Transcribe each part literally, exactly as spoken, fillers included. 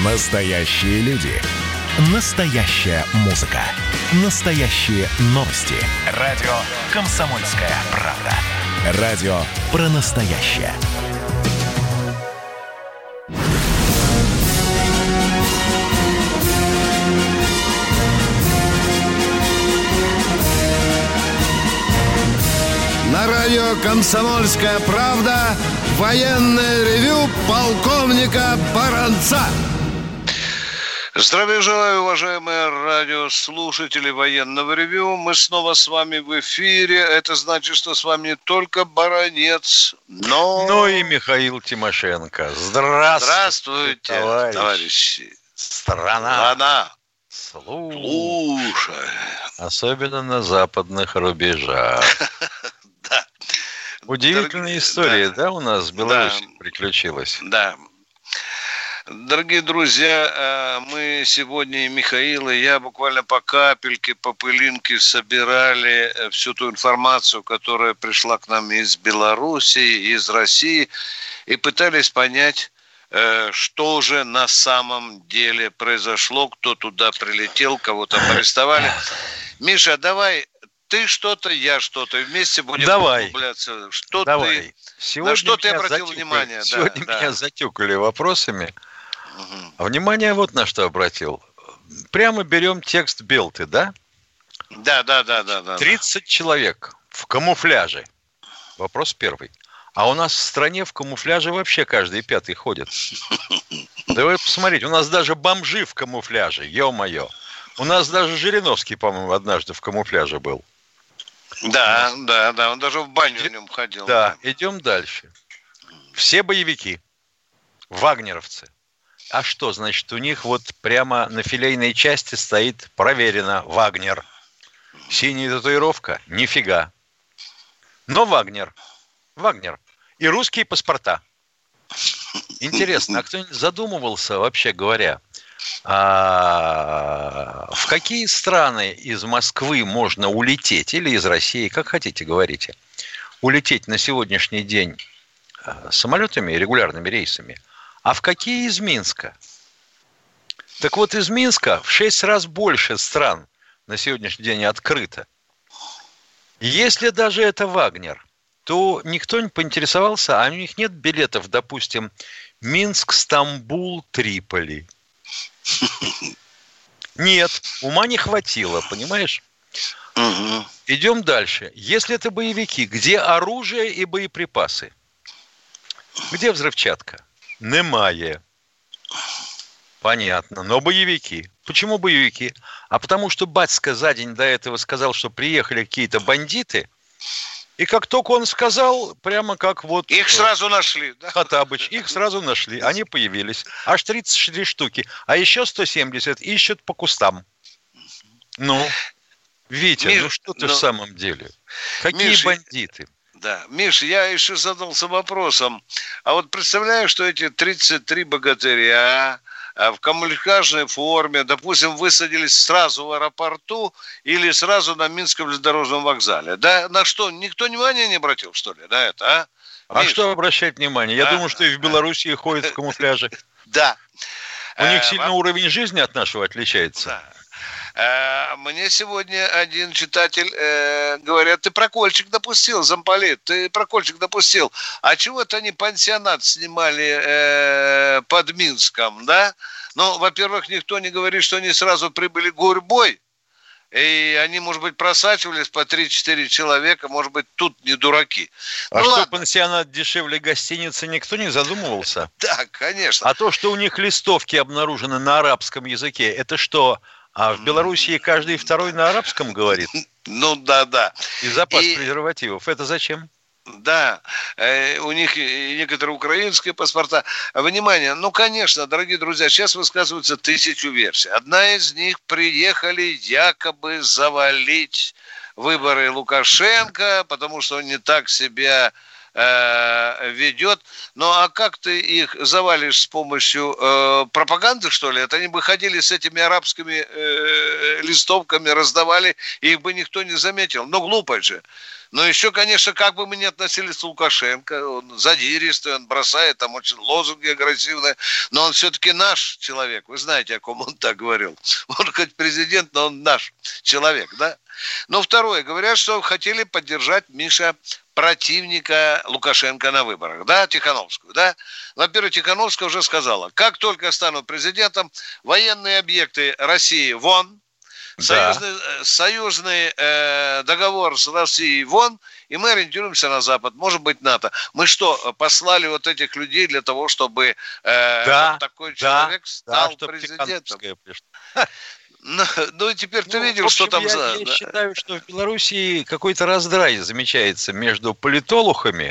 Настоящие люди. Настоящая музыка. Настоящие новости. Радио «Комсомольская правда». Радио про настоящее. На радио «Комсомольская правда» военное ревю полковника Баранца. Здравия желаю, уважаемые радиослушатели военного ревю. Мы снова с вами в эфире. Это значит, что с вами не только Баранец, но... Ну и Михаил Тимошенко. Здравствуйте, Здравствуйте, товарищ. товарищи. Страна. Страна. Слушай. Слушай. Особенно на западных рубежах. Да. Удивительная история, да, у нас в Беларуси приключилась? Да. Дорогие друзья, мы сегодня, и Михаил, и я буквально по капельке, по пылинке собирали всю ту информацию, которая пришла к нам из Белоруссии, из России, и пытались понять, что же на самом деле произошло, кто туда прилетел, кого там арестовали. Миша, давай, ты что-то, я что-то, вместе будем Давай. углубляться. Что Давай. ты, Сегодня на что ты меня обратил затюкали. внимание? Сегодня да, меня да. затюкали вопросами. Угу. А внимание вот на что обратил. Прямо берем текст Белты, да? Да, да, да, да, да. тридцать человек в камуфляже. Вопрос первый. А у нас в стране в камуфляже вообще каждый пятый ходит. Давай посмотреть. У нас даже бомжи в камуфляже. Ё-моё. У нас даже Жириновский, по-моему, однажды в камуфляже был. Да, да, да. Он даже в баню в нем ходил. Да, идем дальше. Все боевики. Вагнеровцы. А что, значит, у них вот прямо на филейной части стоит проверено Вагнер. Синяя татуировка? Нифига. Но Вагнер. Вагнер. И русские паспорта. Интересно, а кто-нибудь задумывался, вообще говоря, а в какие страны из Москвы можно улететь, или из России, как хотите, говорите, улететь на сегодняшний день самолетами, регулярными рейсами, а в какие из Минска? Так вот, из Минска в шесть раз больше стран на сегодняшний день открыто. Если даже это Вагнер, то никто не поинтересовался, а у них нет билетов, допустим, Минск, Стамбул, Триполи. Нет, ума не хватило, понимаешь? Угу. Идем дальше. Если это боевики, где оружие и боеприпасы? Где взрывчатка? Немає. Понятно, но боевики. Почему боевики? А потому что батька за день до этого сказал, что приехали какие-то бандиты, и как только он сказал, прямо как вот... Их сразу нашли, да? Хаттабыч, их сразу нашли, они появились. Аж тридцать четыре штуки, а еще сто семьдесят ищут по кустам. Ну, Витя, Миш, ну что ты ну, в самом деле? Какие Миш, бандиты? Да, Миш, я еще задался вопросом. А вот представляю, что эти тридцать три богатыря в камуфляжной форме, допустим, высадились сразу в аэропорту или сразу на Минском железнодорожном вокзале. Да, на что? Никто внимания не обратил, что ли, на это, а? А Миш? что обращать внимание? Я а, думаю, что и в Белоруссии а, ходят в камуфляже. Да. У них сильно уровень жизни от нашего отличается. Да. Мне сегодня один читатель э, говорят, ты прокольчик допустил, замполит, ты прокольчик допустил. А чего-то они пансионат снимали э, под Минском, да? Ну, во-первых, никто не говорит, что они сразу прибыли гурьбой. И они, может быть, просачивались по три-четыре человека, может быть, тут не дураки. А ну, что, ладно. Пансионат дешевле гостиницы, никто не задумывался? Да, конечно. А то, что у них листовки обнаружены на арабском языке, это что? А в Белоруссии каждый второй на арабском говорит? Ну, да, да. И запас И... презервативов. Это зачем? Да, э, у них некоторые украинские паспорта. Внимание, ну, конечно, дорогие друзья, сейчас высказываются тысячу версий. Одна из них: приехали якобы завалить выборы Лукашенко, потому что он не так себя э, ведет. Ну, а как ты их завалишь с помощью э, пропаганды, что ли? Это они бы ходили с этими арабскими э, листовками, раздавали, и их бы никто не заметил. Ну, глупо же. Но еще, конечно, как бы мы ни относились к Лукашенко, он задиристый, он бросает там очень лозунги агрессивные, но он все-таки наш человек. Вы знаете, о ком он так говорил. Он хоть президент, но он наш человек, да? Но второе, говорят, что хотели поддержать, Миша, противника Лукашенко на выборах, да, Тихановскую, да? Во-первых, Тихановская уже сказала, как только я стану президентом, военные объекты России вон, Да. Союзный, союзный э, договор с Россией вон, и мы ориентируемся на Запад, может быть, НАТО. Мы что, послали вот этих людей для того, чтобы э, Да, вот такой да, человек стал да, президентом? пришла. Ну, ну, и теперь ты Ну, видел, в общем, что там я, за... я да? считаю, что в Белоруссии какой-то раздрай замечается между политологами,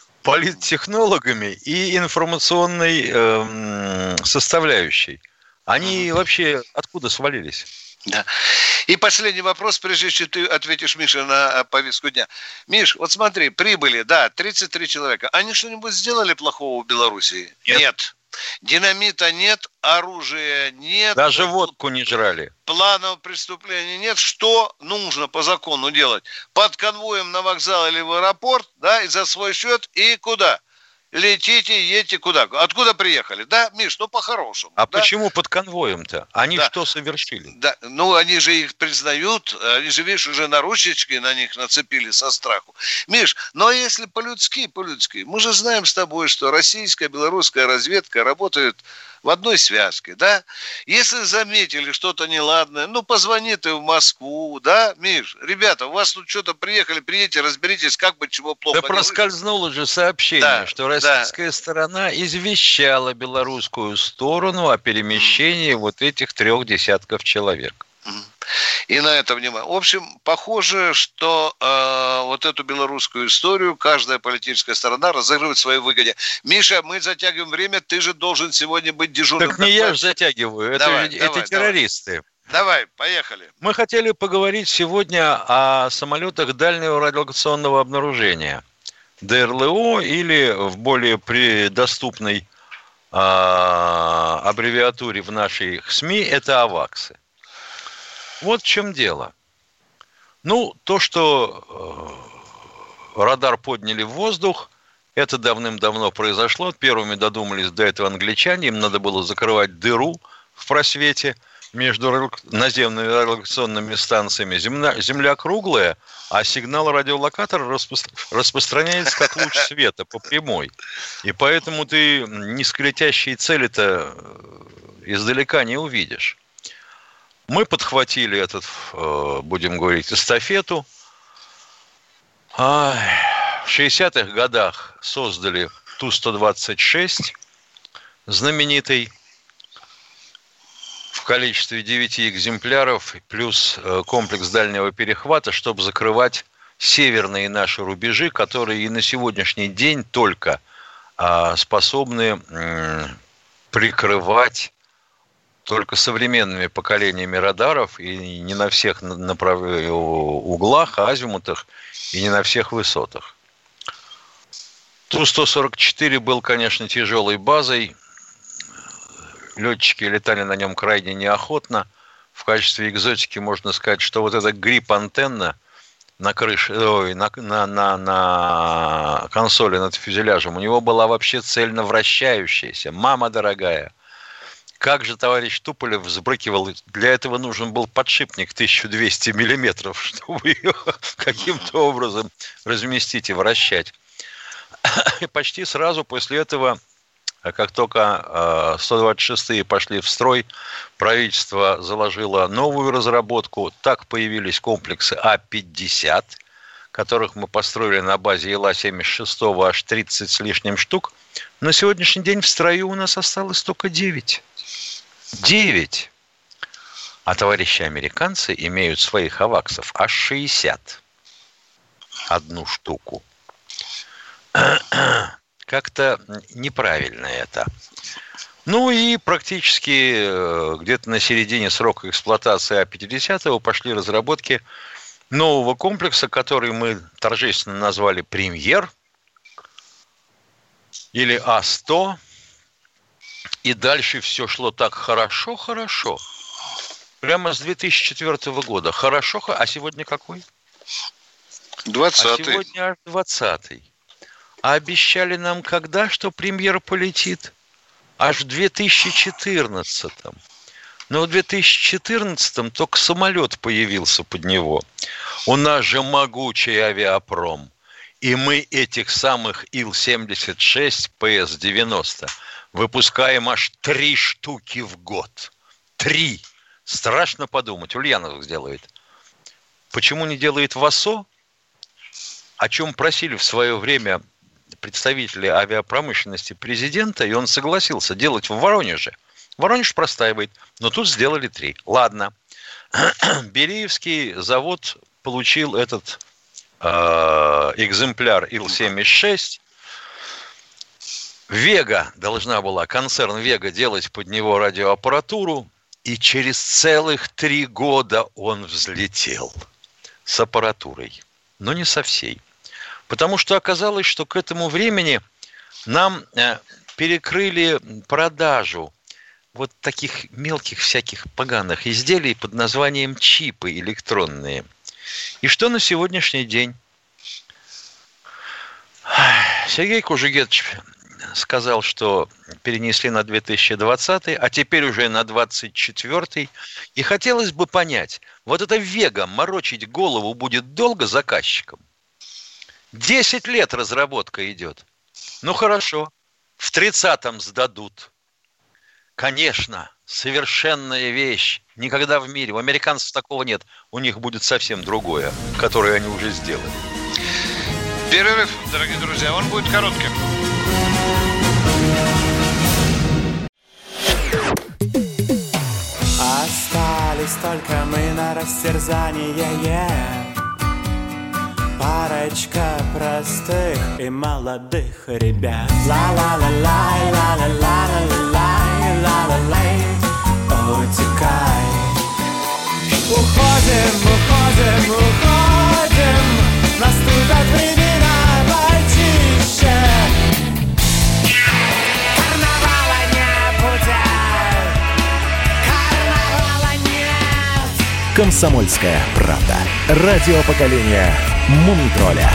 политтехнологами и информационной эм, составляющей. Они вообще откуда свалились? Да. И последний вопрос, прежде чем ты ответишь, Миша, на повестку дня. Миш, вот смотри, прибыли, да, тридцать три человека. Они что-нибудь сделали плохого в Белоруссии? Нет. Нет. Динамита нет, оружия нет. Даже водку не жрали. Планов преступления нет. Что нужно по закону делать? Под конвоем на вокзал или в аэропорт, да, и за свой счет, и куда? Летите, едьте куда? Откуда приехали? Да, Миш, ну по-хорошему. А да? почему под конвоем-то? Они Да. что совершили? Да, ну они же их признают, они же, видишь, уже наручнички на них нацепили со страху. Миш, но если по-людски, по-людски, мы же знаем с тобой, что российская, белорусская разведка работают в одной связке, да? Если заметили что-то неладное, ну позвони ты в Москву, да, Миш? Ребята, у вас тут что-то приехали, приедете, разберитесь, как бы чего плохо Да не вышло. проскользнуло же сообщение, Да, что российская сторона извещала белорусскую сторону о перемещении вот этих трех десятков человек. И на это внимание. В общем, похоже, что э, вот эту белорусскую историю каждая политическая сторона разыгрывает в своей выгоде. Миша, мы затягиваем время, ты же должен сегодня быть дежурным. Так не я же затягиваю, это, Давай, ведь- давай, это террористы. Давай, поехали. Мы хотели поговорить сегодня о самолетах дальнего радиолокационного обнаружения. ДРЛО или в более доступной а, аббревиатуре в нашей СМИ это АВАКСы. Вот в чем дело. Ну, то, что э, радар подняли в воздух, это давным-давно произошло. Первыми додумались до этого англичане. Им надо было закрывать дыру в просвете между наземными радиолокационными станциями. Земля, земля круглая, а сигнал радиолокатора распро- распространяется как луч света по прямой. И поэтому ты низколетящие цели-то издалека не увидишь. Мы подхватили этот, будем говорить, эстафету. В шестидесятых годах создали Ту сто двадцать шесть, знаменитый, в количестве девяти экземпляров, плюс комплекс дальнего перехвата, чтобы закрывать северные наши рубежи, которые и на сегодняшний день только способны прикрывать только современными поколениями радаров и не на всех направ... углах, азимутах и не на всех высотах. Ту сто сорок четыре был, конечно, тяжелой базой. Летчики летали на нем крайне неохотно. В качестве экзотики можно сказать, что вот эта грипп-антенна на крыше, ой, на, на, на, на консоли над фюзеляжем у него была вообще цельно вращающаяся. Мама дорогая. Как же товарищ Туполев взбрыкивал, для этого нужен был подшипник тысяча двести миллиметров, чтобы ее каким-то образом разместить и вращать. И почти сразу после этого, как только сто двадцать шестые пошли в строй, правительство заложило новую разработку. Так появились комплексы А пятьдесят, которых мы построили на базе Ил А семьдесят шесть аж тридцать с лишним штук. На сегодняшний день в строю у нас осталось только девять. девять. А товарищи американцы имеют своих аваксов аж шестьдесят. Одну штуку. Как-то неправильно это. Ну и практически где-то на середине срока эксплуатации А пятьдесят пошли разработки нового комплекса, который мы торжественно назвали «Премьер». или А сто. И дальше все шло так хорошо, хорошо. Прямо с две тысячи четвёртого года. Хорошо, а сегодня какой? двадцатый. А сегодня аж двадцатый. А обещали нам когда, что премьер полетит? Аж в две тысячи четырнадцатом. Но в две тысячи четырнадцатом только самолет появился под него. У нас же могучий авиапром. И мы этих самых Ил семьдесят шесть, Пэ Эс девяносто выпускаем аж три штуки в год. Три. Страшно подумать. Ульянов сделает. Почему не делает ВАСО? О чем просили в свое время представители авиапромышленности президента, и он согласился делать в Воронеже. Воронеж простаивает, но тут сделали три. Ладно. Бериевский завод получил этот э, экземпляр Ил семьдесят шесть. Вега должна была, концерн Вега, делать под него радиоаппаратуру, и через целых три года он взлетел с аппаратурой, но не со всей. Потому что оказалось, что к этому времени нам перекрыли продажу вот таких мелких всяких поганых изделий под названием чипы электронные. И что на сегодняшний день? Сергей Кужугетович сказал, что перенесли на две тысячи двадцатый, а теперь уже на двадцать четвёртый. И хотелось бы понять, вот это Вега морочить голову будет долго заказчикам? Десять лет разработка идет. Ну хорошо, в тридцатом сдадут. Конечно, совершенная вещь. Никогда в мире. У американцев такого нет. У них будет совсем другое, которое они уже сделали. Перерыв, дорогие друзья, он будет коротким. Остались только мы на растерзание. Парочка простых и молодых ребят. Ла-ла-ла-лай, ла-ла-ла-ла-ла-лай, ла-ла-лай, утекай. Уходим, уходим, уходим. Наступят времена почище. Карнавала не будет. Карнавала нет. «Комсомольская правда». Радио поколения Мумий-тролля.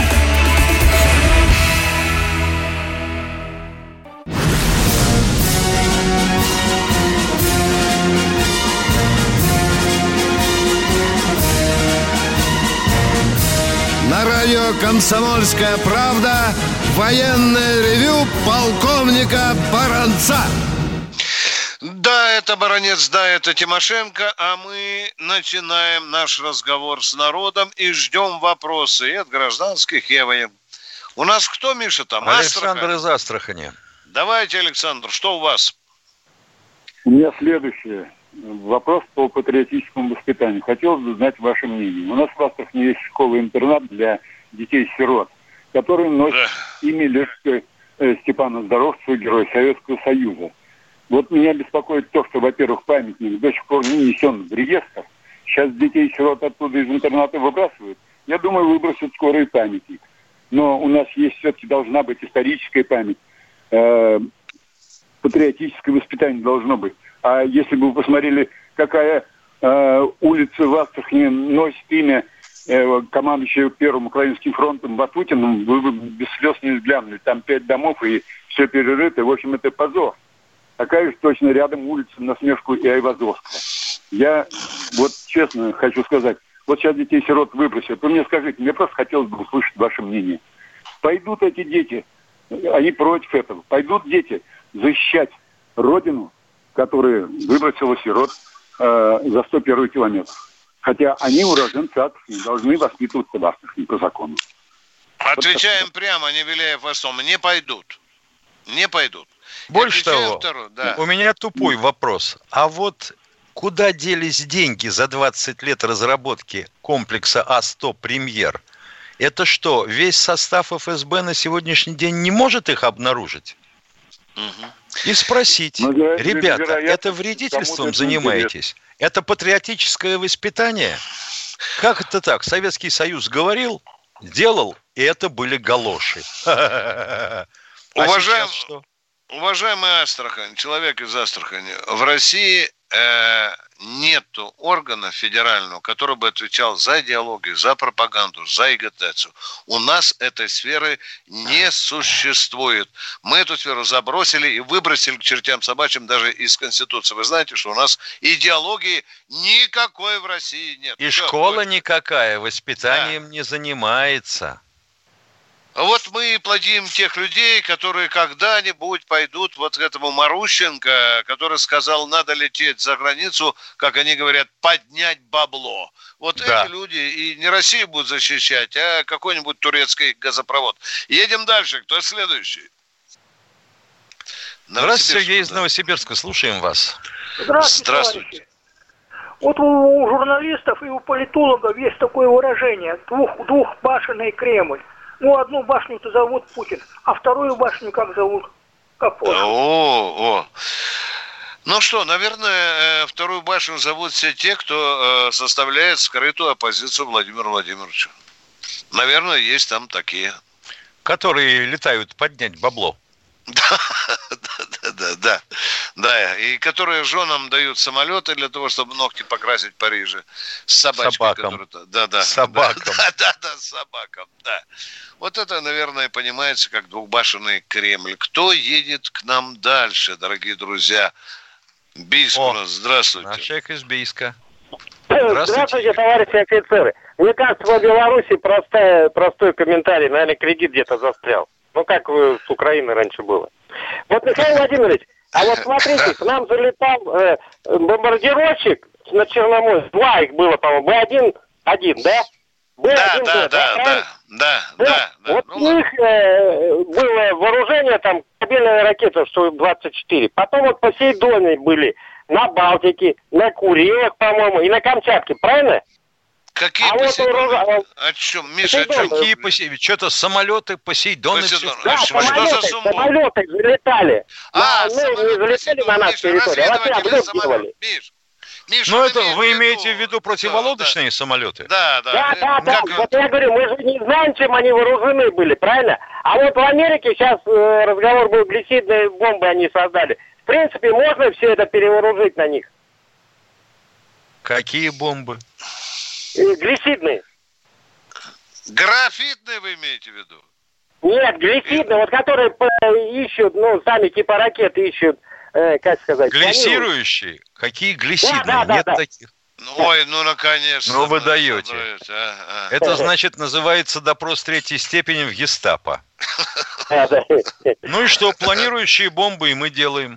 На радио «Комсомольская правда» военное ревю полковника Баранца. Да, это Баранец, да, это Тимошенко, а мы начинаем наш разговор с народом и ждем вопросы и от гражданских, и от военных. У нас кто, Миша, там? Александр Астрахань? из Астрахани. Давайте, Александр, что у вас? У меня следующее. Вопрос по патриотическому воспитанию. Хотелось бы знать ваше мнение. У нас в Астрахани есть школа-интернат для детей-сирот, который носит да. имя Лешка Степана Здоровцева, Героя Советского Союза. Вот меня беспокоит то, что, во-первых, памятник до сих пор не внесен в реестр. Сейчас детей-сирот оттуда из интерната выбрасывают. Я думаю, выбросят скоро и памятник. Но у нас есть все-таки должна быть историческая память. Э, патриотическое воспитание должно быть. А если бы вы посмотрели, какая э, улица в Астрахани носит имя э, командующего Первым Украинским фронтом Ватутиным, вы бы без слез не взглянули. Там пять домов и все перерыто. В общем, это позор. Такая же точно рядом улица насмешку и Айвазовского. Я вот честно хочу сказать, вот сейчас детей-сирот выбросят. Вы мне скажите, мне просто хотелось бы услышать ваше мнение. Пойдут эти дети, они против этого, пойдут дети защищать родину, которая выбросила сирот э, за сто первый километр. Хотя они уроженцы Астрахани, должны воспитываться в Астрахани по закону. Отвечаем вот прямо, не виляя хвостом, не пойдут. Не пойдут. Больше того, второй, да. у меня тупой вопрос. А вот куда делись деньги за двадцать лет разработки комплекса А сто «Премьер»? Это что, весь состав эф эс бэ на сегодняшний день не может их обнаружить? Угу. И спросить, ну, да, ребята, это вредительством занимаетесь? Это патриотическое воспитание? Как это так? Советский Союз говорил, делал, и это были галоши. Уважаем, а сейчас что? Уважаемый Астрахань, человек из Астрахани, в России э, нету органа федерального, который бы отвечал за идеологию, за пропаганду, за агитацию. У нас этой сферы не существует. Мы эту сферу забросили и выбросили к чертям собачьим даже из Конституции. Вы знаете, что у нас идеологии никакой в России нет. И Все, школа вот. никакая воспитанием Да. не занимается. А вот мы и плодим тех людей, которые когда-нибудь пойдут вот к этому Марущенко, который сказал, надо лететь за границу, как они говорят, поднять бабло. Вот Да. эти люди и не Россию будут защищать, а какой-нибудь турецкий газопровод. Едем дальше. Кто следующий? Здравствуйте, Сергей из да. Новосибирска. Слушаем вас. Здравствуйте, Здравствуйте. товарищи. Вот у журналистов и у политологов есть такое выражение двух, двухбашенный Кремль. Ну, одну башню-то зовут Путин, а вторую башню как зовут? Как О, о. Ну что, наверное, вторую башню зовут все те, кто составляет скрытую оппозицию Владимиру Владимировичу. Наверное, есть там такие. Которые летают поднять бабло. Да, да, да, да, да, и которые женам дают самолеты для того, чтобы ногти покрасить в Париже с собачкой, собакам. которая, да, да, собакам. да, да, да, с собакам, да. Вот это, наверное, понимается как двухбашенный Кремль. Кто едет к нам дальше, дорогие друзья? Бийск О, у нас, здравствуйте. Наш человек из Бийска. Здравствуйте. Здравствуйте, товарищи офицеры. Мне кажется, в Беларуси простая, простой комментарий, наверное, кредит где-то застрял. Ну, как с Украины раньше было. Вот, Михаил Владимирович, а вот смотрите, к нам залетал э, бомбардировщик на Черноморье. Два их было, по-моему. Бэ один, один, да? Бэ один, да, да, да, да, да, да, да. Вот Ну, у них э, было вооружение, там, корабельная ракета, что двадцать четыре. Потом вот Посейдоны были на Балтике, на Курилах, по-моему, и на Камчатке, правильно? Какие а Посейдоны? Вот, о чем? Миша, о чем? Какие Посейдоны? Что-то самолеты, Посейдоны. Посейдон. Да, Что самолеты, за сумбур? самолеты залетали. А, на, ну, не залетели на нашу территорию, а вообще облет делали. Миш, Миш, Ну, он это имеет вы в виду- имеете в виду противолодочные самолеты? Да, да. Да, Э, да, да. как- Вот я говорю, мы же не знаем, чем они вооружены были, правильно? А вот в Америке сейчас э, разговор был, глисидные бомбы они создали. В принципе, можно все это перевооружить на них. Какие бомбы? Э, глисидные. Графитные вы имеете в виду? Нет, глисидные, вот которые э, ищут, ну, сами типа ракеты ищут, э, как сказать. Глиссирующие? Какие глиссидные? Да, да, Нет да, да. таких. Ну, ой, ну, наконец-то. Ну, вы даете. А, а. Это, значит, называется допрос третьей степени в гестапо. Да, да. Ну и что, планирующие бомбы и мы делаем.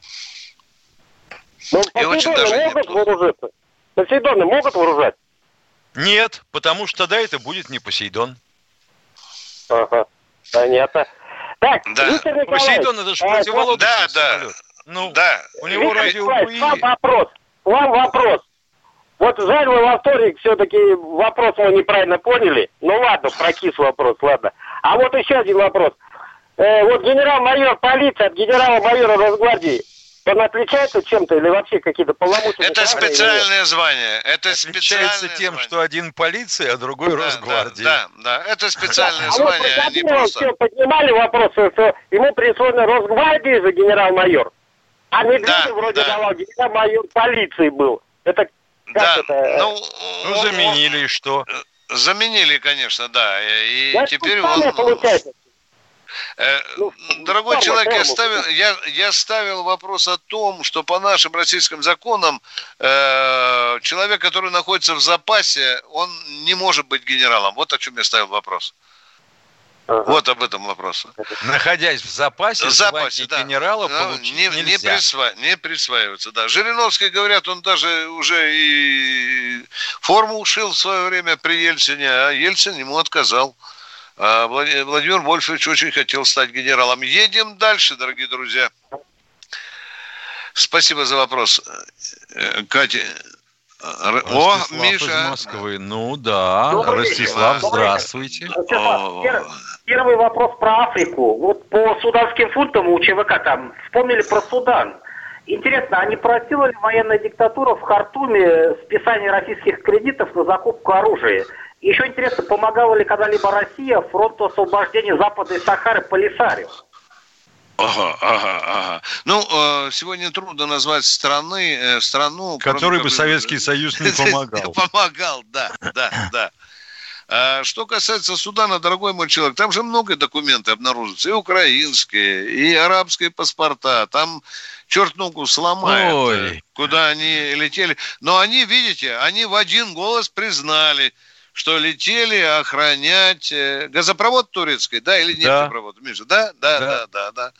Ну, И очень Посейдоны даже могут неплохо. вооружиться? Посейдоны могут вооружать? Нет, потому что тогда это будет не Посейдон. Ага, понятно. Так, Да. Виктор Николаевич. Посейдон это же а, противолодочный Да, да. самолет. Ну, Да. у него Виктор радио Николаевич, вам БУИ. вопрос. Вам вопрос. Вот жаль, вы во вторник все-таки вопрос мы неправильно поняли. Ну ладно, прокис вопрос, ладно. А вот еще один вопрос. Э, вот генерал-майор полиции от генерала-майора Росгвардии, он отличается чем-то или вообще какие-то полномочия? Это специальное звание. Это Отличается специальное тем, звание. что один полиция, а другой Да, Росгвардия. Да, да, да, это специальное А вот звание, а не про просто... все поднимали вопрос, что ему присвоено Росгвардии за генерал-майор. А Медведев Да, вроде да. давал, генерал-майор полиции был. Это как Да, это? ну, Ну, заменили, и что? Заменили, конечно, да. И Да, теперь что самое он... получается? Э, Ну, Дорогой форма, человек, я форма. ставил, я, я ставил вопрос о том, что по нашим российским законам э, человек, который находится в запасе, он не может быть генералом. Вот о чем я ставил вопрос. Ага. Вот об этом вопрос. Находясь в запасе, В запасе, звание да. генерала Да, получить не, не, нельзя. присва- не присваивается, да. Жириновский, говорят, он даже уже и форму ушил в свое время при Ельцине, а Ельцин ему отказал. А Влад- Владимир Вольфович очень хотел стать генералом. Едем дальше, дорогие друзья. Спасибо за вопрос, Э, Катя. Р- О, Ростислав из Миша. Москвы. Ну да, Добрый день. Ростислав, Добрый здравствуйте. О. Пер- Первый вопрос про Африку. Вот по суданским фунтам у ЧВК там вспомнили про Судан. Интересно, а не просила ли военная диктатура в Хартуме списание российских кредитов на закупку оружия? Еще интересно, помогала ли когда-либо Россия фронту освобождения Западной Сахары Полисарио? Ага, ага, ага. Ну, сегодня трудно назвать страны, страну... Которой бы Советский Союз не помогал. Помогал, да, да, да. А что касается Судана, дорогой мой человек, там же много документов обнаружится. И украинские, и арабские паспорта. Там черт ногу сломает, Ой. куда они летели. Но они, видите, они в один голос признали, что летели охранять газопровод турецкий, да, или нефтепровод, да. Миша? Да, да, да, да, да. да.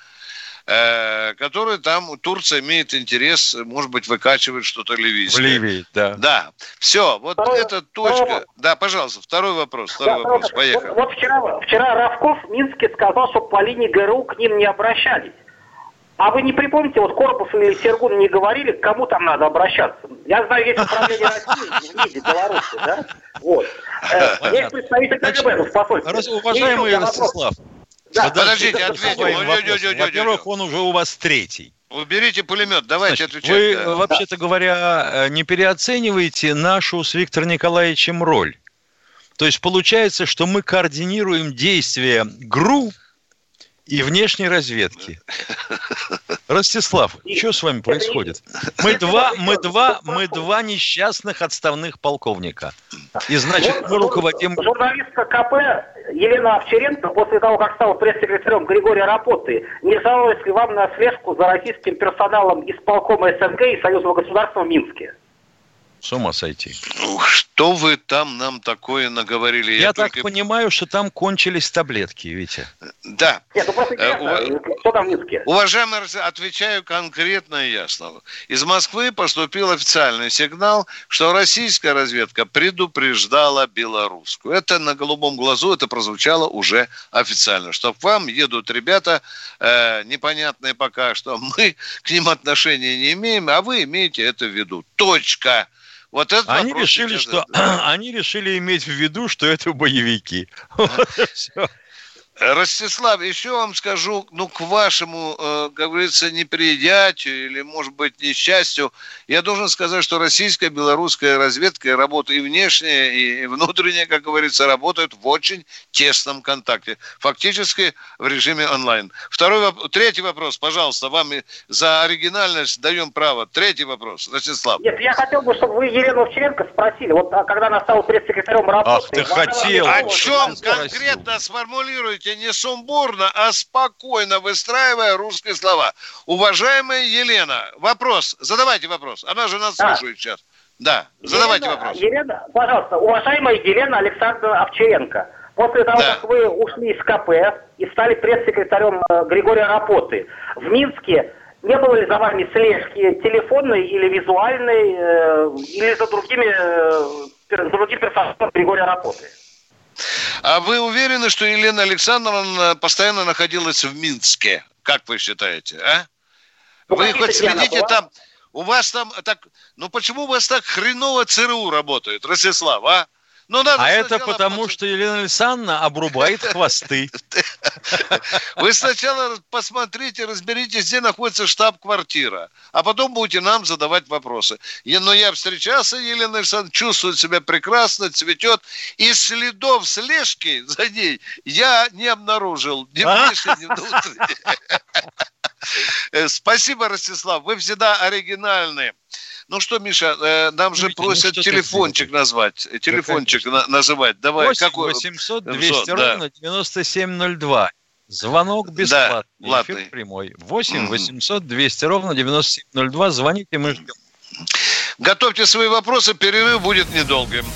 Э, который там Турция имеет интерес, может быть, выкачивает что-то ливийское. В Ливии, да. Да. Все, вот второй, эта точка. Второй... Да, пожалуйста, второй вопрос. Второй да, вопрос, поехали. Вот, вот вчера, вчера Равков в Минске сказал, что по линии ГРУ к ним не обращались. А вы не припомните, вот Корпус или Сергун не говорили, к кому там надо обращаться? Я знаю, есть управление России в МИДе, Беларуси, да? Вот. Есть представитель КГБ в посольстве. Уважаемый Ростислав, да. Подождите, ответьте. Во-первых, он уже у вас третий. Уберите пулемет, давайте Значит, отвечать. Вы, да. вообще-то говоря, не переоцениваете нашу с Виктором Николаевичем роль. То есть получается, что мы координируем действия ГРУ и внешней разведки. Ростислав, что с вами происходит? Мы два, мы два, мы два несчастных отставных полковника. И значит, мы руководим... Журналистка КП Елена Овчаренко после того, как стала пресс-секретарем Григория Рапоты, не жаловалась ли вам на слежку за российским персоналом исполкома СНГ и Союзного государства в Минске? С ума сойти. Что вы там нам такое наговорили? Я, Я так только... понимаю, что там кончились таблетки, Витя. Да. Нет, ну просто интересно, У... кто там в Минске? Уважаемый, отвечаю конкретно и ясно. Из Москвы поступил официальный сигнал, что российская разведка предупреждала белорусскую. Это на голубом глазу, это прозвучало уже официально, что к вам едут ребята э, непонятные пока, что мы к ним отношения не имеем, а вы имеете это в виду. Точка. Вот этот они решили, что они решили иметь в виду, что это боевики. Вот и все. Ростислав, еще вам скажу, ну, к вашему, э, как говорится, неприятию или, может быть, несчастью, я должен сказать, что российская, белорусская разведка и работа и внешняя, и внутренняя, как говорится, работают в очень тесном контакте. Фактически в режиме онлайн. Второй, третий вопрос, пожалуйста, вам за оригинальность даем право. Третий вопрос, Ростислав. Нет, я хотел бы, чтобы вы Елену Овчаренко спросили, вот когда она стала пресс-секретарем работы... Ах, ты хотел! О чем конкретно сформулируете? Не сумбурно, а спокойно выстраивая русские слова. Уважаемая Елена, вопрос, задавайте вопрос. Она же нас да. слушает сейчас. Да, задавайте Елена, вопрос. Елена, пожалуйста, уважаемая Елена Александровна Овчаренко, после того, да. как вы ушли из КП и стали пресс-секретарем Григория Рапоты, в Минске не было ли за вами слежки телефонной или визуальной, э, или за другими, э, за другим персоналом Григория Рапоты? А вы уверены, что Елена Александровна постоянно находилась в Минске? Как вы считаете, а? Ну, вы хоть следите там... У вас там так... Ну, почему у вас так хреново ЦРУ работает, Ростислав, а? Ну, надо а это потому, пос... что Елена Александровна обрубает хвосты. Вы сначала посмотрите, разберитесь, где находится штаб-квартира, а потом будете нам задавать вопросы. Но я встречался, Елена Александровна чувствует себя прекрасно, цветет, и следов слежки за ней я не обнаружил ни внешне, ни внутренне. Спасибо, Ростислав, вы всегда оригинальны. Ну что, Миша, нам же Видите, просят ну, телефончик назвать, телефончик на, называть. Давай, восемь восемьсот двести ровно девяносто семь ноль два. Звонок бесплатный, да, эфир прямой. восемь восемьсот двести ровно девяносто семь ноль два. Звоните, мы ждем. Готовьте свои вопросы, перерыв будет недолгим.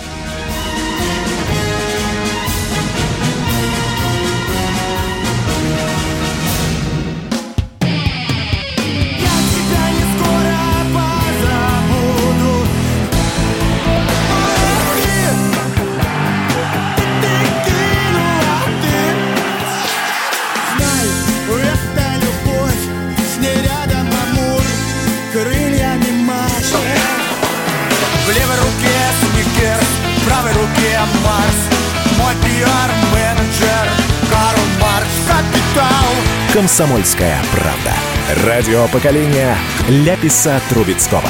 «Комсомольская правда». Радио поколения Ляписа Трубецкого.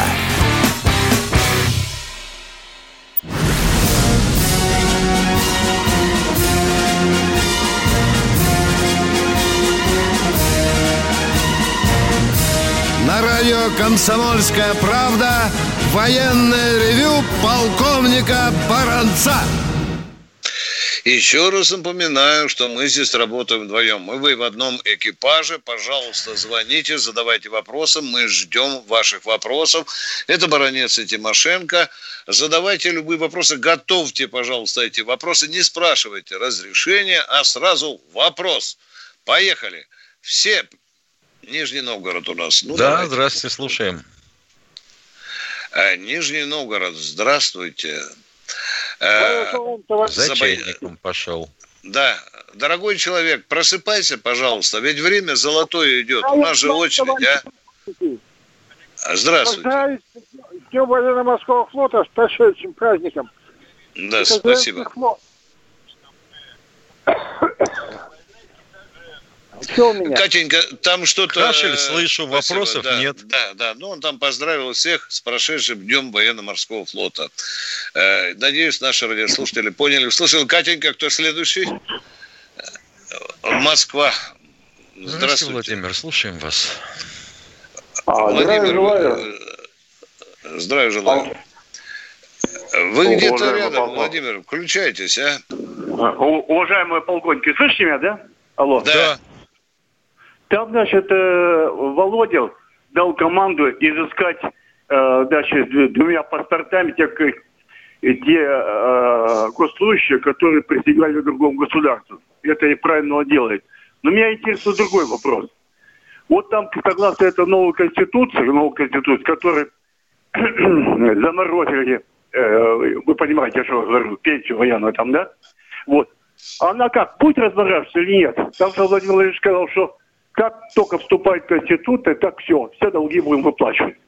«Комсомольская правда» военное ревю полковника Баранца. Еще раз напоминаю, что мы здесь работаем вдвоем. Мы вы в одном экипаже. Пожалуйста, звоните, задавайте вопросы. Мы ждем ваших вопросов. Это Баранец и Тимошенко. Задавайте любые вопросы. Готовьте, пожалуйста, эти вопросы. Не спрашивайте разрешения, а сразу вопрос. Поехали. Все. Нижний Новгород у нас. Ну, да, давайте. Здравствуйте, слушаем. А, Нижний Новгород, здравствуйте. Зачетником пошел. Да, дорогой человек, просыпайся, пожалуйста, ведь время золотое идет. У нас же очередь, а? Здравствуйте. С Днем военно-морского флота, с прошедшим праздником. Да, спасибо. Что у меня? Катенька, там что-то... Кашель, слышу, Спасибо, вопросов да, нет. Да, да, ну он там поздравил всех с прошедшим Днем военно-морского флота. Э, надеюсь, наши радиослушатели поняли. Слушай, Катенька, кто следующий? Москва. Здравствуйте. Здравствуйте, Владимир, слушаем вас. А, Владимир, желаю. Здравия желаю. Вы О, где-то уважаемый рядом, полковник. Владимир, включайтесь, а? Уважаемые полковники, слышите меня, да? Алло. Да. Там, значит, э, Володя дал команду изыскать, э, значит, двумя паспортами тех, э, те э, госслужащие, которые присягали другому государству. Это и правильно он делает. Но меня интересует другой вопрос. Вот там, согласно этой новой конституции, новой конституции, которую заморозили, э, вы понимаете, что я говорю, пенсию военную там, да? Вот. Она как, будет размораживаться или нет? Там Владимир Владимирович сказал, что как только вступает в Конституцию, так все, все долги будем выплачивать.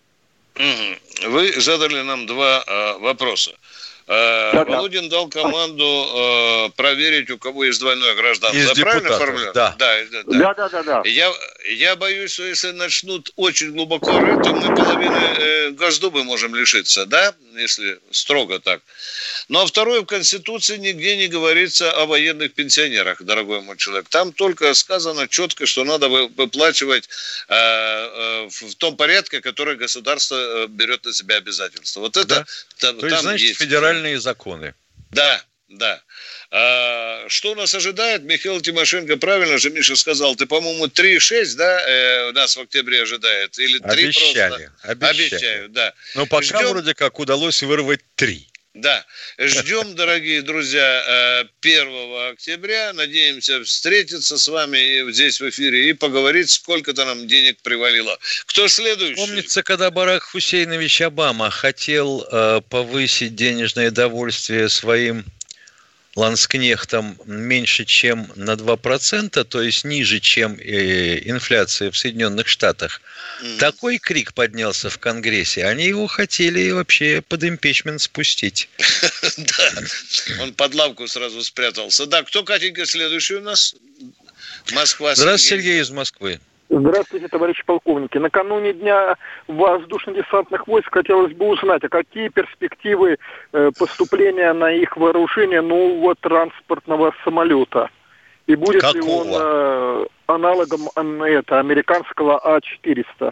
Вы задали нам два э, вопроса. Э, Да-да. Володин дал команду э, проверить, у кого есть двойное гражданство. Из Я правильно депутатов, формулирую? да. Да, да, да. Да, да, да, да. Я, я боюсь, что если начнут очень глубоко рыть, то мы половины э, Госдумы можем лишиться, да, если строго так. Ну, а второе, в Конституции нигде не говорится о военных пенсионерах, дорогой мой человек. Там только сказано четко, что надо выплачивать э, э, в том порядке, который государство берет на себя обязательства. Вот это Да. там, То есть, там значит, есть. федеральные законы. Да, да. А, что нас ожидает? Михаил Тимошенко правильно же, Миша, сказал, ты, по-моему, три и шесть, да, э, нас в октябре ожидает? Или три Обещали, просто? обещали. Обещаю, да. Но пока Ждем... вроде как удалось вырвать три. Да. Ждем, дорогие друзья, первого октября. Надеемся встретиться с вами здесь в эфире и поговорить, сколько-то нам денег привалило. Кто следующий? Помнится, когда Барак Хусейнович Обама хотел э, повысить денежное довольствие своим ланскнехтам меньше, чем на два процента, то есть ниже, чем э, инфляция в Соединенных Штатах, mm-hmm. такой крик поднялся в Конгрессе. Они его хотели вообще под импичмент спустить. Да, он под лавку сразу спрятался. Да, кто, Катенька, следующий у нас? Москва. Здравствуйте, Сергей из Москвы. Здравствуйте, товарищи полковники. Накануне Дня воздушно-десантных войск хотелось бы узнать, а какие перспективы э, поступления на их вооружение нового транспортного самолета? И будет Какого? ли он э, аналогом э, это, американского А четыреста?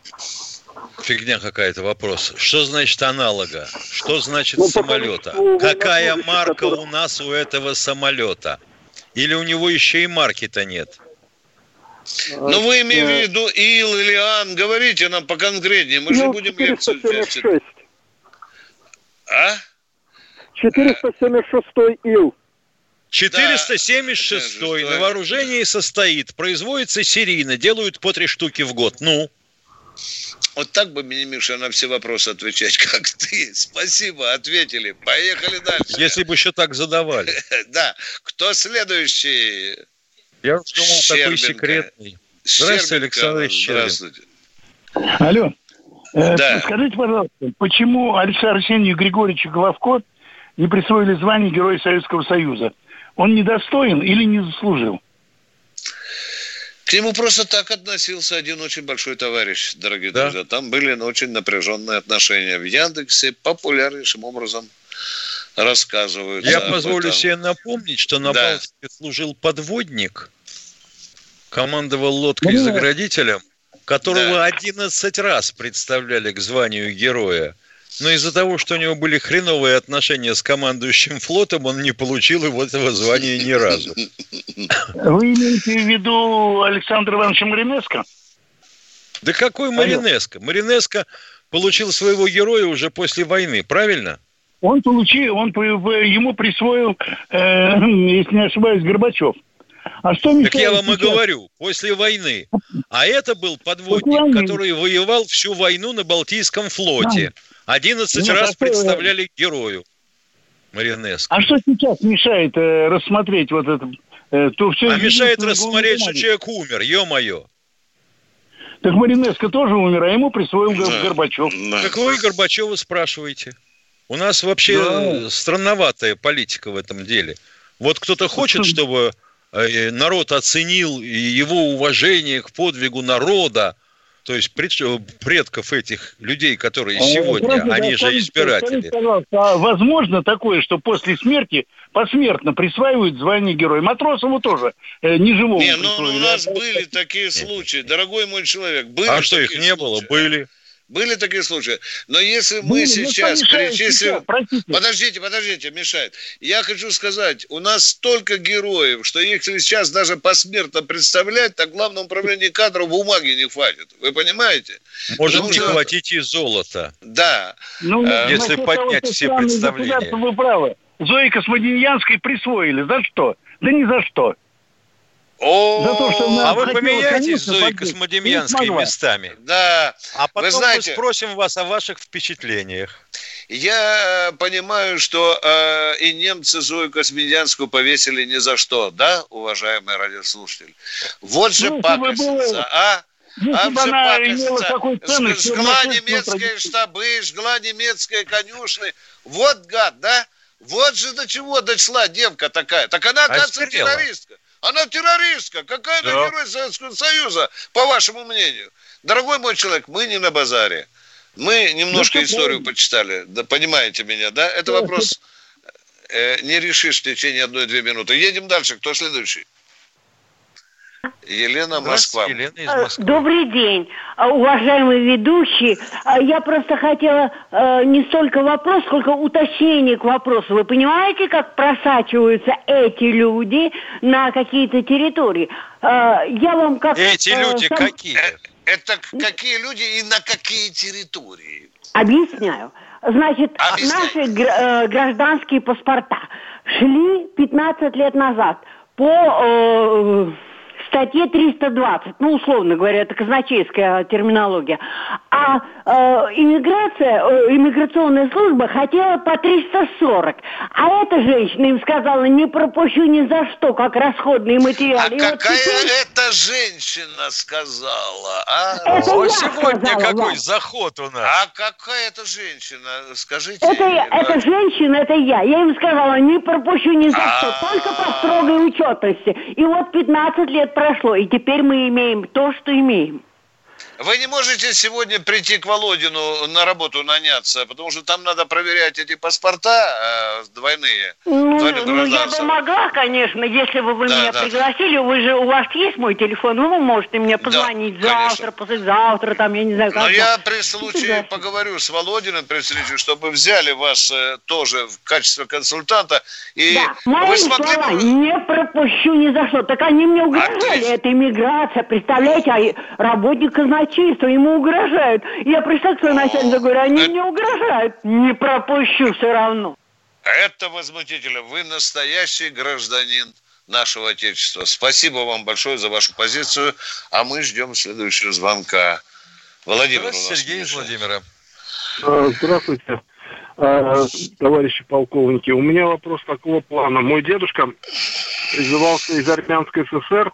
Фигня какая-то вопрос. Что значит аналога? Что значит Ну, самолета? потому что Какая военнослужащий, марка который- у нас у этого самолета? Или у него еще и марки-то нет? Ну, вы имеете в виду Ил или Ан? Говорите нам поконкретнее. Мы же не будем лекцию четыреста семьдесят вести. шесть. А? четыреста семьдесят шесть Ил. четыреста семьдесят шесть Да, на вооружении состоит, производится серийно, делают по три штуки в год. Ну, Вот так бы мне, Миша, на все вопросы отвечать, как ты. Спасибо, ответили. Поехали дальше. если бы еще так задавали. Да. Кто следующий? Я уж думал, такой Щербинка. секретный. Здравствуйте, Щербинка. Александр Щербин. Здравствуйте. Алло. Э, Да. Скажите, пожалуйста, почему Александру Арсению Григорьевичу Головко не присвоили звание Героя Советского Союза? Он недостоин или не заслужил? К нему просто так относился один очень большой товарищ, дорогие Да. друзья. Там были очень напряженные отношения. В Яндексе популярнейшим образом рассказывают. Я позволю себе напомнить, что на Да. Балтике служил подводник, командовал лодкой-заградителем, которого да. одиннадцать раз представляли к званию героя. Но из-за того, что у него были хреновые отношения с командующим флотом, он не получил его этого звания ни разу. Вы имеете в виду Александра Ивановича Маринеско? Да какой Маринеско? Маринеско получил своего героя уже после войны, правильно? Он получил, он ему присвоил, э, если не ошибаюсь, Горбачев. А что так я вам сейчас? И говорю, после войны. А это был подводник, который воевал всю войну на Балтийском флоте. одиннадцать ну, раз а представляли что... герою Маринеско. А что сейчас мешает э, рассмотреть вот это? Э, то все а мешает рассмотреть, что человек умер, ё-моё. Так Маринеско тоже умер, а ему присвоил да. Горбачев. Да. Как вы Горбачева спрашиваете? У нас вообще да. странноватая политика в этом деле. Вот кто-то хочет, чтобы народ оценил его уважение к подвигу народа, то есть предков этих людей, которые сегодня, Правда, они да, же скажите, избиратели. Скажите, а возможно такое, что после смерти посмертно присваивают звание героя? Матросову тоже э, не живому. Не, ну у нас да? были такие случаи, дорогой мой человек. Были а что их не случаи. Было? Были. Были такие случаи. Но если мы Были, сейчас перечислим... Сейчас, подождите, подождите, мешает. Я хочу сказать, у нас столько героев, что их сейчас даже посмертно представлять, так в Главном управлении кадров бумаги не хватит. Вы понимаете? Может Потому не что... хватить и золота. Да. Ну, а, если поднять все представления. Вы правы. Зои Космодемьянской присвоили. За что? Да ни за что. За то, что а вы поменяетесь с Зоей Космодемьянской местами. Да. А потом вы знаете, мы спросим вас о ваших впечатлениях. Я понимаю, что э, и немцы Зою Космодемьянскую повесили ни за что, да, уважаемый радиослушатель? Вот же ну, пакостница, а? А же пакостница. Жгла немецкие штабы, жгла немецкие конюшни. Вот гад, да? Вот же до чего дошла девка такая. Так она, оказывается, террористка. Она террористка. Какая она да. герой Советского Союза, по вашему мнению? Дорогой мой человек, мы не на базаре. Мы немножко ну, историю правильно. Почитали. Да, понимаете меня, да? Это да, вопрос э, не решишь в течение одной-две минуты. Едем дальше. Кто следующий? Елена, Москва. Елена из Москвы. Добрый день, уважаемый ведущий. Я просто хотела не столько вопрос, сколько уточнение к вопросу. Вы понимаете, как просачиваются эти люди на какие-то территории? Я вам как... Эти люди сам... какие? Это какие люди и на какие территории? Объясняю. Значит, Объясняю. Наши гражданские паспорта шли пятнадцать лет назад по... статье триста двадцать, ну, условно говоря, это казначейская терминология. А э, иммиграция, э, иммиграционная служба хотела по триста сорок. А эта женщина им сказала, не пропущу ни за что, как расходные материалы. А и какая вот теперь... эта женщина сказала? А? Это О, я сегодня сказала, какой да. заход у нас. А какая это женщина? Скажите. Это, я, это женщина, это я. Я им сказала, не пропущу ни за что, только по строгой учетности. И вот пятнадцать лет прошло, и теперь мы имеем то, что имеем. Вы не можете сегодня прийти к Володину на работу наняться, потому что там надо проверять эти паспорта э, двойные. Ну, ну я бы могла, конечно, если бы вы да, меня да. пригласили. Вы же, у вас есть мой телефон, вы можете мне позвонить да, завтра, послезавтра, там, я не знаю, как. Но я при случае поговорю с Володиным, при встрече, чтобы взяли вас э, тоже в качестве консультанта. И да, мои смогли слова бы... не пропущу ни за что. Так они мне угрожали, а это иммиграция, представляете, а работник казначейства, ему угрожают. Я пришла к своему начальнику, говорю, они это... мне угрожают. Не пропущу все равно. Это возмутительно. Вы настоящий гражданин нашего Отечества. Спасибо вам большое за вашу позицию. А мы ждем следующего звонка. Владимир. Сергей из Владимира. Здравствуйте, товарищи полковники. У меня вопрос такого плана. Мой дедушка призывался из Армянской ССР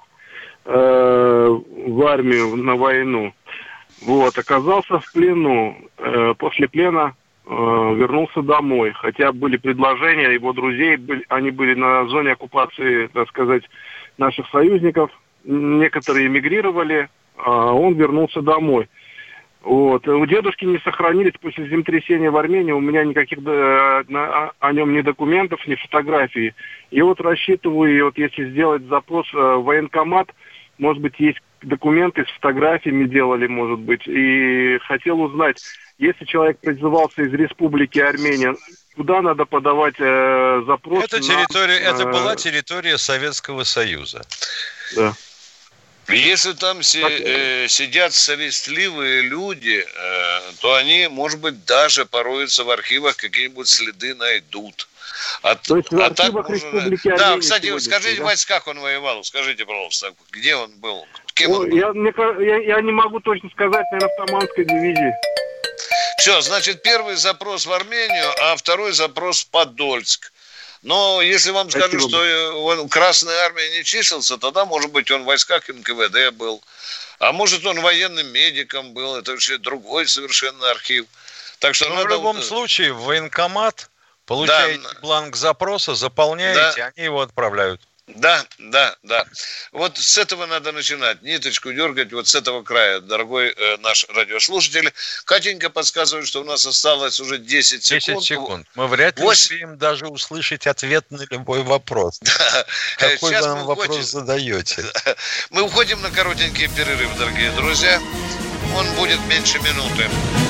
в армию на войну. Вот, оказался в плену. После плена вернулся домой. Хотя были предложения его друзей, они были на зоне оккупации, так сказать, наших союзников. Некоторые эмигрировали, а он вернулся домой. Вот. У дедушки не сохранились после землетрясения в Армении, у меня никаких о, о нем ни документов, ни фотографий. И вот рассчитываю, и вот если сделать запрос в военкомат, может быть, есть документы с фотографиями делали, может быть. И хотел узнать, если человек призывался из Республики Армения, куда надо подавать э, запрос? Это, территория, на, э, это была территория Советского Союза. Да. Если там си, э, сидят совестливые люди, э, то они, может быть, даже пороются в архивах, какие-нибудь следы найдут. А, то есть в а архивах так Республики можно... Армения. Да, кстати, сегодня, скажите, да? в войсках он воевал, скажите, пожалуйста, где он был, кем О, он был? Я, мне, я, я не могу точно сказать, наверное, в Таманской дивизии. Все, значит, первый запрос в Армению, а второй запрос в Подольск. Но если вам скажут, Спасибо. что он в Красной Армии не числился, тогда, может быть, он в войсках эн ка вэ дэ был. А может, он военным медиком был. Это вообще другой совершенно архив. Так что Но надо... в любом случае, в военкомат получаете Да. бланк запроса, заполняете, Да. они его отправляют. Да, да, да. Вот с этого надо начинать. Ниточку дергать вот с этого края, дорогой э, наш радиослушатель. Катенька подсказывает, что у нас осталось уже десять секунд. десять секунд. Мы вряд ли восемь успеем даже услышать ответ на любой вопрос. Какой Сейчас вы нам мы вопрос уходим. задаете? Мы уходим на коротенький перерыв, дорогие друзья. Он будет меньше минуты.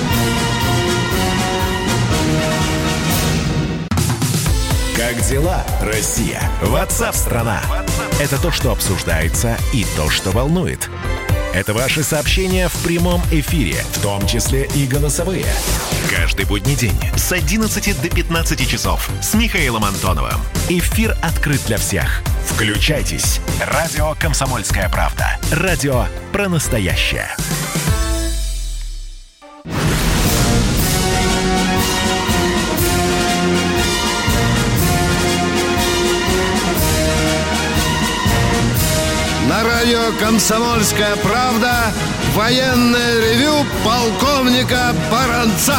Как дела, Россия? Ватсап-страна! Это то, что обсуждается и то, что волнует. Это ваши сообщения в прямом эфире, в том числе и голосовые. Каждый будний день с одиннадцати до пятнадцати часов с Михаилом Антоновым. Эфир открыт для всех. Включайтесь. Радио «Комсомольская правда». Радио про настоящее. На радио «Комсомольская правда» военное ревю полковника Баранца.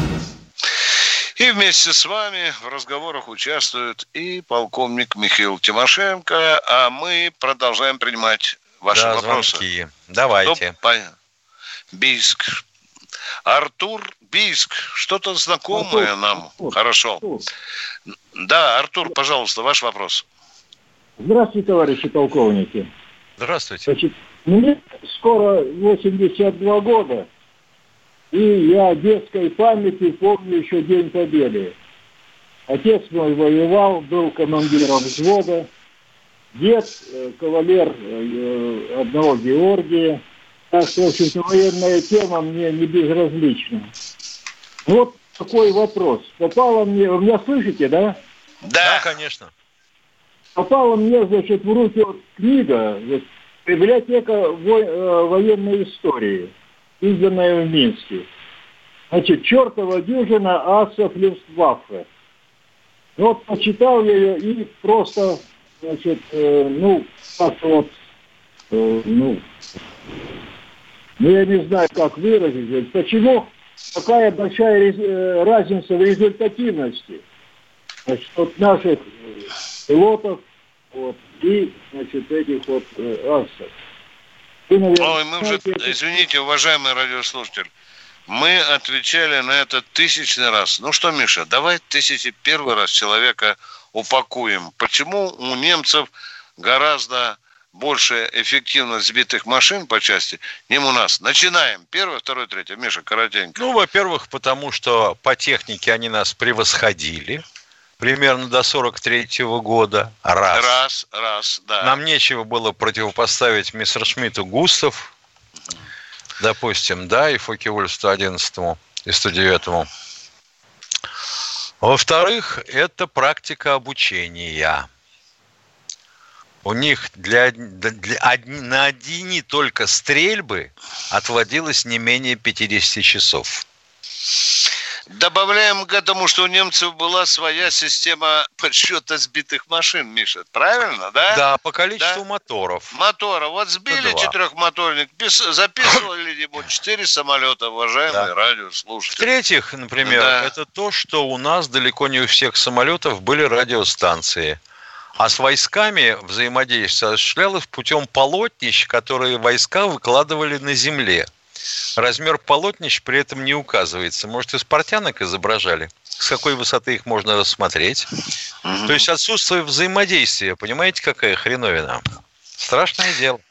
И вместе с вами в разговорах участвует и полковник Михаил Тимошенко, а мы продолжаем принимать ваши Да, вопросы. звонки. Давайте. Ну, понятно. Бийск. Артур, Бийск. Что-то знакомое Артур, нам. Артур, Хорошо. Артур. Да, Артур, пожалуйста, ваш вопрос. Здравствуйте, товарищи полковники. Здравствуйте. Значит, мне скоро восемьдесят два года, и я детской памяти помню еще День Победы. Отец мой воевал, был командиром взвода, дед э, кавалер э, одного Георгия. Так что, в общем-то, военная тема мне не безразлична. Ну, вот такой вопрос. Попало мне... Вы меня слышите, да? Да, Да, конечно. Попала мне, значит, в руки вот книга вот, «Библиотека во- э, военной истории», изданная в Минске. Значит, «Чертова дюжина асов Люфтваффе». Ну, вот почитал я ее и просто, значит, э, ну, как-то вот, э, ну, ну, я не знаю, как выразить. Почему такая большая рез- э, разница в результативности? Значит, вот наших э, пилотов вот, и, значит, этих вот э, асов. Вы, наверное, Ой, мы уже, знаете, это- извините, уважаемый радиослушатель, мы отвечали на это тысячный раз. Ну что, Миша, давай тысячи первый раз человека упакуем. Почему у немцев гораздо больше эффективно сбитых машин по части, чем у нас? Начинаем. Первое, второе, третье. Миша, коротенько. Ну, во-первых, потому что по технике они нас превосходили примерно до сорок третьего года. Раз. Раз, раз, да. Нам нечего было противопоставить Мессершмитту Густав, допустим, да, и Фокке-Вульф сто одиннадцатому и сто девятому. Во-вторых, это практика обучения. У них для, для, одни, на одни только стрельбы отводилось не менее пятьдесят часов. Добавляем к этому, что у немцев была своя система подсчета сбитых машин, Миша. Правильно, да? Да, по количеству Да? моторов. Мотора. Вот сбили Два. четырехмоторник, пис- записывали ему четыре самолета, уважаемые Да. радиослушатели. В-третьих, например, Да. это то, что у нас далеко не у всех самолетов были радиостанции. А с войсками взаимодействие осуществлялось путем полотнищ, которые войска выкладывали на земле. Размер полотнищ при этом не указывается. Может, из портянок изображали? С какой высоты их можно рассмотреть? Мгм. То есть отсутствие взаимодействия. Понимаете, какая хреновина? Страшное дело.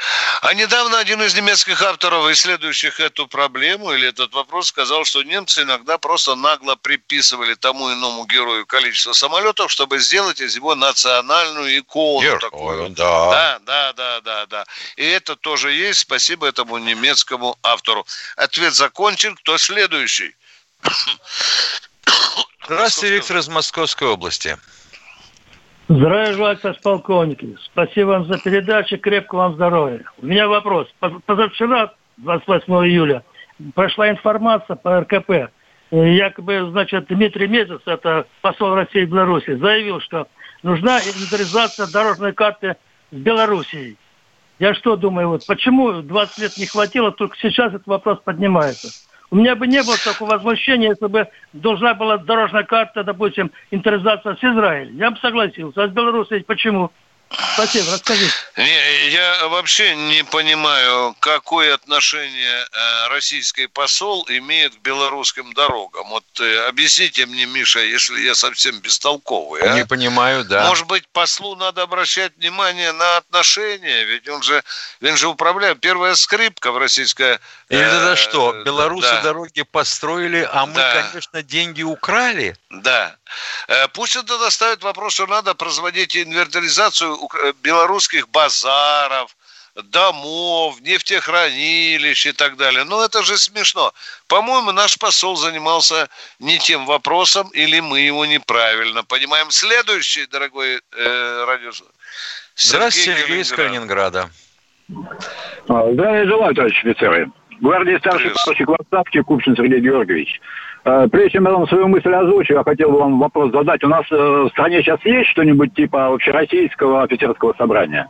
А недавно один из немецких авторов, исследующих эту проблему или этот вопрос, сказал, что немцы иногда просто нагло приписывали тому иному герою количество самолетов, чтобы сделать из него национальную икону. Герой, такую. да. Да, да, да, да, да. И это тоже есть. Спасибо этому немецкому автору. Ответ закончен. Кто следующий? Здравствуйте, Виктор из Московской области. Здравия желаю, товарищ полковники. Спасибо вам за передачу, крепкого вам здоровья. У меня вопрос. Позавчера, двадцать восьмого июля, прошла информация по эр ка пэ. Якобы, значит, Дмитрий Месяц, это посол России в Беларуси, заявил, что нужна инвентаризация дорожной карты с Белоруссией. Я что думаю, вот почему двадцать лет не хватило, только сейчас этот вопрос поднимается. У меня бы не было такого возмущения, если бы должна была дорожная карта, допустим, инвентаризация с Израилем. Я бы согласился. А с Белоруссией почему? Спасибо, расскажите. Не, я вообще не понимаю, какое отношение э, российский посол имеет к белорусским дорогам. Вот э, объясните мне, Миша, если я совсем бестолковый. А? Не понимаю, да. Может быть, послу надо обращать внимание на отношения, ведь он же, он же управляет. Первая скрипка в российской... Или э, это что, белорусы да. дороги построили, а мы, Да. конечно, деньги украли? Да. Пусть он тогда ставит вопрос, что надо производить инвентаризацию белорусских базаров, домов, нефтехранилищ и так далее. Но это же смешно. По-моему, наш посол занимался не тем вопросом, или мы его неправильно понимаем. Следующий, дорогой э, радиослушатель. Здравствуйте, Сергей из Калининграда. Здравия желаю, товарищи офицеры. Гвардии старший поручик в отставке Купчин Сергей Георгиевич. Прежде чем я вам свою мысль озвучу, я хотел бы вам вопрос задать. У нас в стране сейчас есть что-нибудь типа общероссийского офицерского собрания?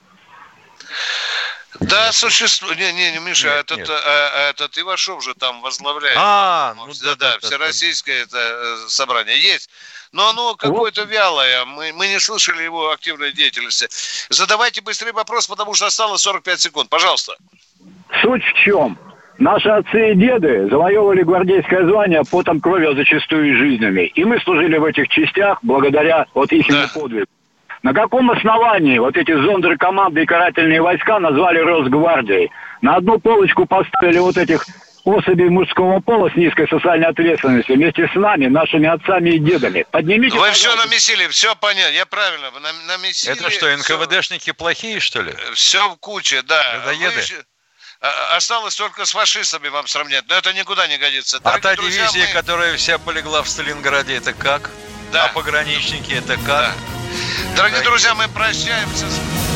Да, существует. Не, не, не, Миша, Нет, этот, нет. А, этот Ивашов же там возглавляет. А, ну да, да, да, да, всероссийское это э, собрание есть. Но оно какое-то вялое. Мы, мы не слышали его активной деятельности. Задавайте быстрее вопрос, потому что осталось сорок пять секунд. Пожалуйста. Суть в чем? Наши отцы и деды завоевывали гвардейское звание потом, кровью, а зачастую и жизнями. И мы служили в этих частях благодаря вот их да. подвигу. На каком основании вот эти зондеркоманды и карательные войска назвали Росгвардией? На одну полочку поставили вот этих особей мужского пола с низкой социальной ответственностью вместе с нами, нашими отцами и дедами. Поднимите, Вы пожалуйста. все намесили, все понятно, я правильно, вы намесили. Это что, эн ка вэ дэшники плохие, что ли? Все в куче, да. Людоеды? Вы... Осталось только с фашистами вам сравнять, но это никуда не годится. А та друзья, дивизия, мы... которая вся полегла в Сталинграде, это как? Да. А пограничники, это как? Да. Дорогие да. друзья, мы прощаемся.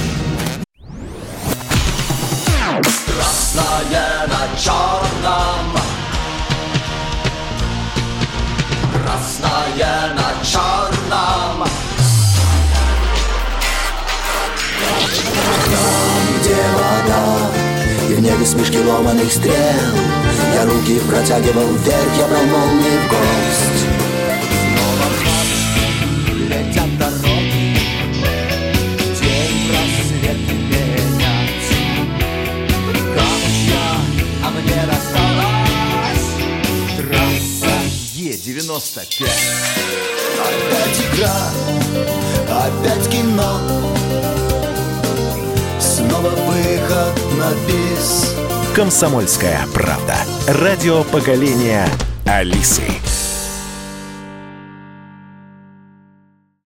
Красное на черном, красное на черном. Там, где вода, и в небе смешки ломаных стрел, я руки протягивал вверх, я брал молнии в гость. Снова в ночь летят дороги, день рассвет менять. Камча, а мне досталась трасса Е девяносто пять. Опять игра, опять кино, снова выход на бис. «Комсомольская правда». Радио поколения Алисы.